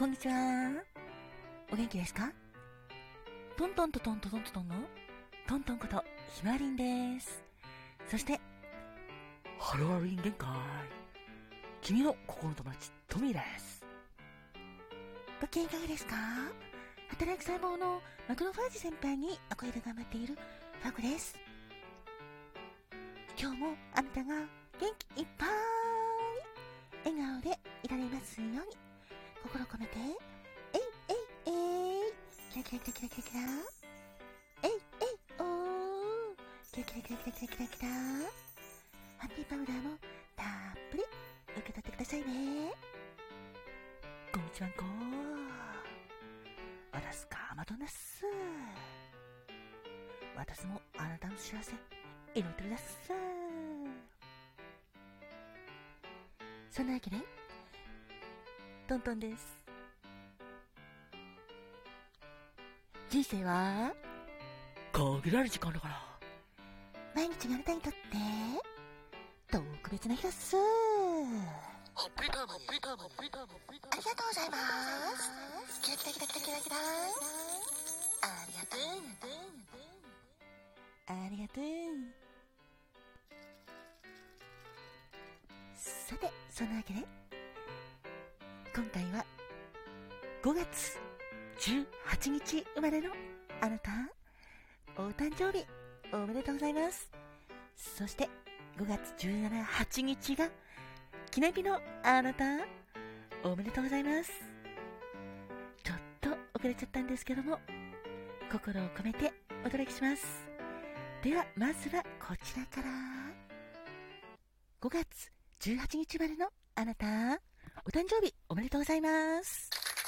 こんにちは。お元気ですか？トントントントントントンのトントンことひまわりんです。そしてハローリン限界、君の心の友達トミーです。ご機嫌いかがですか？働く細胞のマクロファージ先輩にお声で頑張っているファコです。今日もあなたが元気いっぱい笑顔でいられますように、心込めてキラキラキラキラキラキラおーキラキラキラキラキラキラキラ、ハッピーパウダーもたっぷり受け取ってくださいね。こんにちはんこわたすかまどなっす。私もあなたの幸せ祈ってください。そんなわけでトントンです。人生は限られる時間だから、毎日があなたにとって特別な日だっす。ありがとうございます。キラキラキラキラキラキラ、ありがとうありがとう。さて、そんなわけで今回は5月18日生まれのあなた、お誕生日おめでとうございます。そして5月17、8日が記念日のあなた、おめでとうございます。ちょっと遅れちゃったんですけども、心を込めてお届けします。ではまずはこちらから。5月18日生まれのあなた、お誕生日おめでとうございます。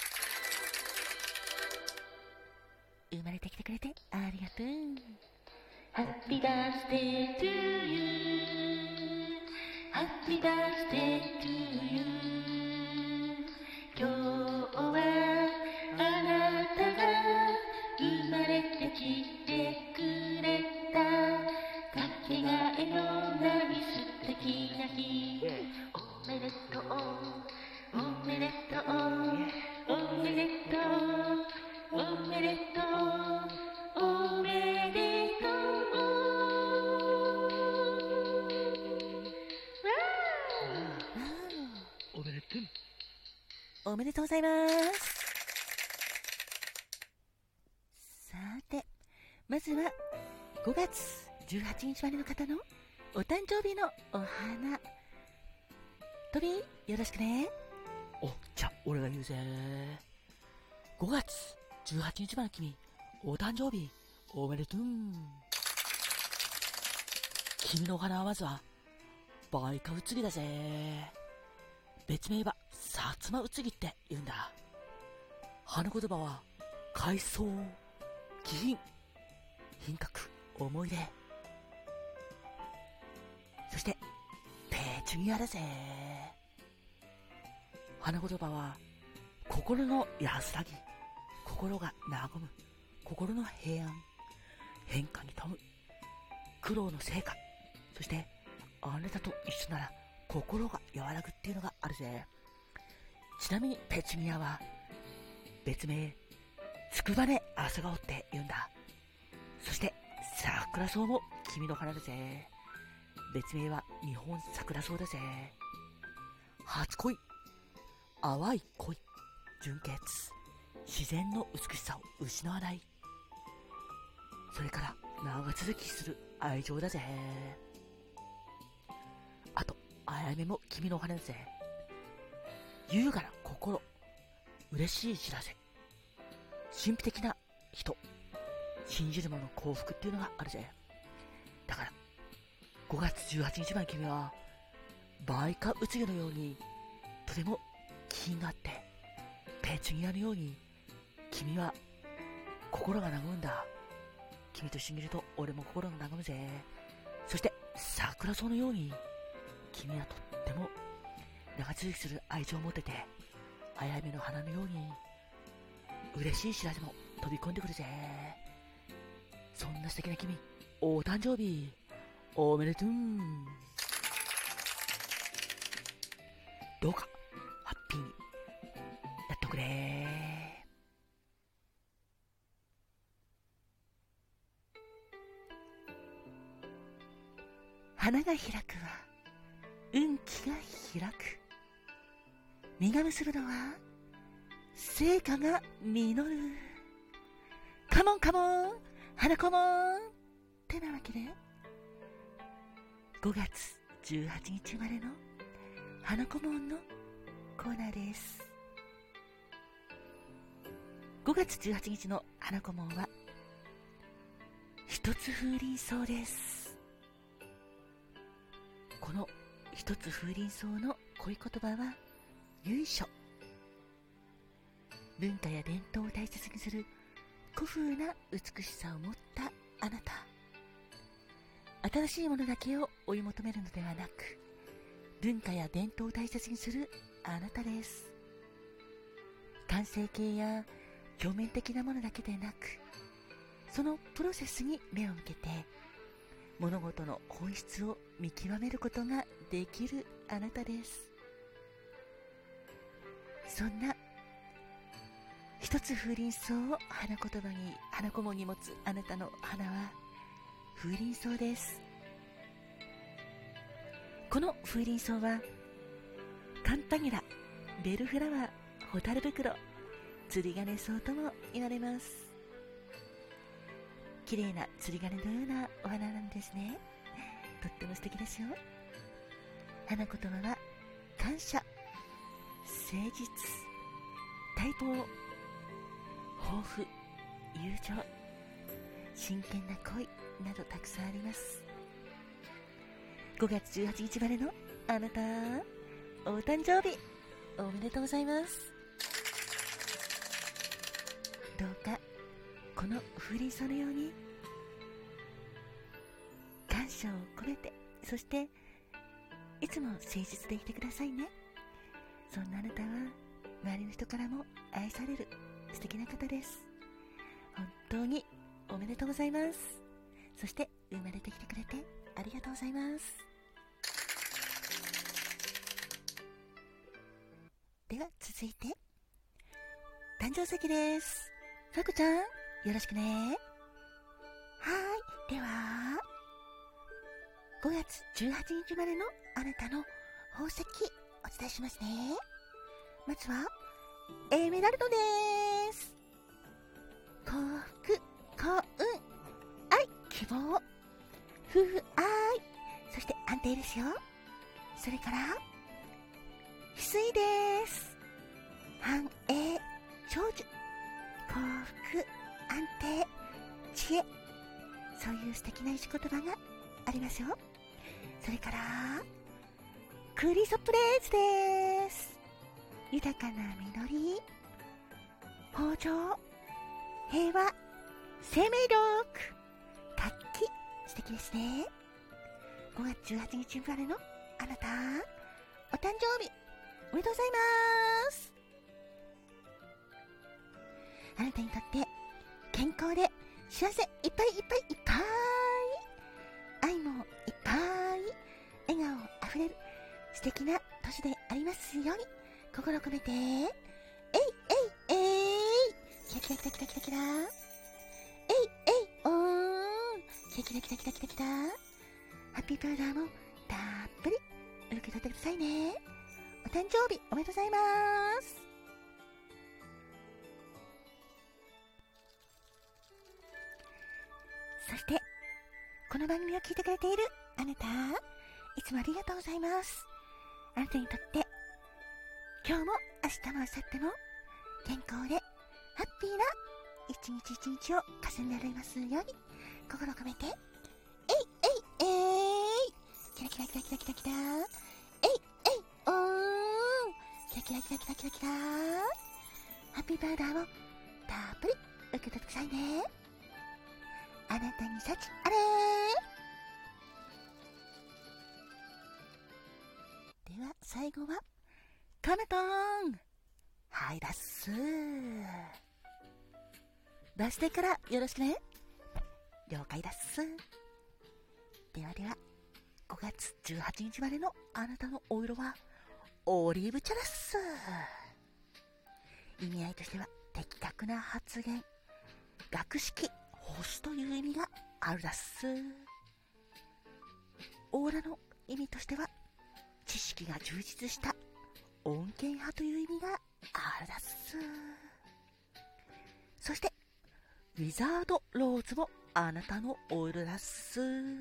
生まれてきてくれてありがとう。ハッピーバースデートゥーユー、ハッピーバースデートゥーユー。今日はあなたが生まれてきてくれた、かけがえのない素敵な日。おめでとうおめでとうおめでとうおめでとうおめでとう。おめでとうおめでとうございます。さて、まずは5月18日までの方のお誕生日のお花、トビーよろしくね。お、じゃあ俺が言うぜ。5月18日までの君、お誕生日おめでとう。君のお花はまずはバイカウツギだぜ。別名はサツマウツギって言うんだ。花言葉は海藻、気品、品格、思い出、そしてペチュニアだぜ。花言葉は心の安らぎ、心が和む、心の平安、変化に富む、苦労の成果、そしてあなたと一緒なら心が和らぐっていうのがあるぜ。ちなみにペチュニアは別名つくばね朝顔って言うんだ。そして桜草も君の花だぜ。別名は日本桜草だぜ。初恋、淡い恋、純潔、自然の美しさを失わない、それから長続きする愛情だぜ。あとあやめも君のお花だぜ。優雅な心、嬉しい知らせ、神秘的な人、信じる者の幸福っていうのがあるぜ。だから5月18日まで君はバイカウツギのようにとても気品があって、ペチュニアのように君は心が和むんだ。君と一緒にいると俺も心が和むぜ。そして桜草のように君はとっても長続きする愛情を持ってて、あやめの花のように嬉しい知らせも飛び込んでくるぜ。そんな素敵な君、お誕生日おめでとう。どうかハッピーにやっておくれ。 花が開くは運気が開く。実が結ぶのは成果が実る。カモンカモン花子もんってなわけで、5月18日生まれの花子もんのコーナーです。5月18日の花子もんは一つ風鈴草です。この一つ風鈴草の恋言葉は由緒。文化や伝統を大切にする古風な美しさを持ったあなた。新しいものだけを追い求めるのではなく、文化や伝統を大切にするあなたです。完成形や表面的なものだけでなく、そのプロセスに目を向けて物事の本質を見極めることができるあなたです。そんな一つ風鈴草を花言葉に花言葉に持つあなたの花は風鈴草です。この風鈴草はカンタゲラ、ベルフラワー、ホタル袋、釣り鐘草とも言われます。綺麗な釣り鐘のようなお花なんですね。とっても素敵ですよ。花言葉は感謝、誠実、待望、抱負、友情、真剣な恋などたくさんあります。5月18日生まれのあなた、お誕生日おめでとうございます。どうかこの風鈴草のように感謝を込めて、そしていつも誠実でいてくださいね。そんなあなたは周りの人からも愛される素敵な方です。本当におめでとうございます。そして生まれてきてくれてありがとうございます。では続いて誕生石です。さこちゃんよろしくね。はい、では5月18日生まれのあなたの宝石お伝えしますね。まずはエメラルドです。幸福、幸運、愛、希望、夫婦愛、そして安定ですよ。それから翡翠です。繁栄、長寿、幸福、安定、知恵、そういう素敵な石言葉がありますよ。それからクリソプレーズです。豊かな実り、豊穣、平和、生命力、活気、素敵ですね。5月18日生まれのあなた、お誕生日おめでとうございます。あなたにとって健康で幸せいっぱいいっぱいいっぱい、愛もいっぱい、笑顔あふれる素敵な年でありますように心を込めて、えいえいえい、キラキラキラキラキラキラ、えいえいおーん、キラキラキラキラキラキラ、ハッピーパウダーもたっぷり受け取ってくださいね。お誕生日おめでとうございます。そしてこの番組を聞いてくれているあなた、いつもありがとうございます。あなたにとって今日も明日も明後日も健康でハッピーな一日一日を重ねられますように心を込めて、えいえいえい、キラキラキラキラキラキラ、えいえいおーん、キラキラキラキラキラキラ、ハッピーパウダーをたっぷり受け取ってくださいね。あなたに幸あれー。では最後はカメトン、はいだっすー。出してからよろしくね。了解だっす。ではでは5月18日までのあなたのお色はオリーブ茶です。意味合いとしては的確な発言、学識、星という意味があるだっす。 オーラの意味としては、知識が充実した穏健派という意味があるだっす。そしてウィザードローズもあなたのオイルだっす。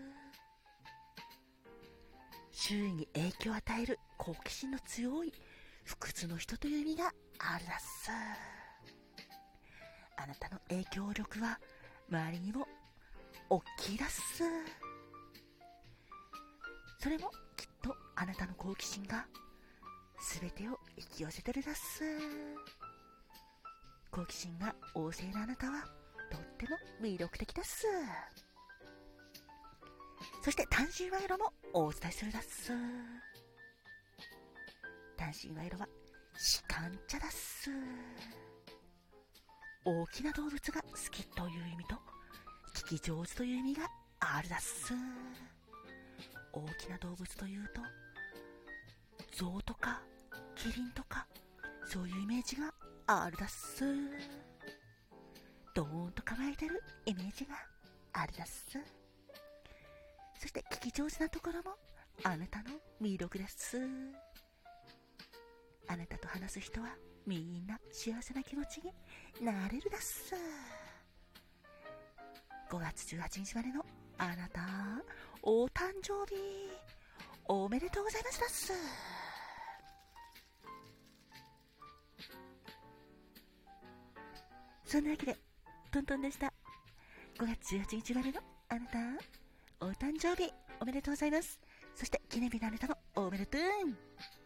周囲に影響を与える好奇心の強い不屈の人という意味があるだっす。あなたの影響力は周りにも大きいだっす。それもきっとあなたの好奇心が全てを引き寄せてるだっす。好奇心が旺盛なあなたはとっても魅力的だっす。そして単身賄賂もお伝えするだっす。単身賄賂は士官茶だっす。大きな動物が好きという意味と聞き上手という意味があるだっす。大きな動物というと象とかキリンとかそういうイメージがあるだっす。ドーンと構えてるイメージがあるだっす。そして聞き上手なところもあなたの魅力です。あなたと話す人はみんな幸せな気持ちになれるだっす。5月18日までのあなたお誕生日おめでとうございますだっす。そんなわけでトントンでした。5月18日までのあなたお誕生日おめでとうございます。そして記念日のあなたもおめでとう。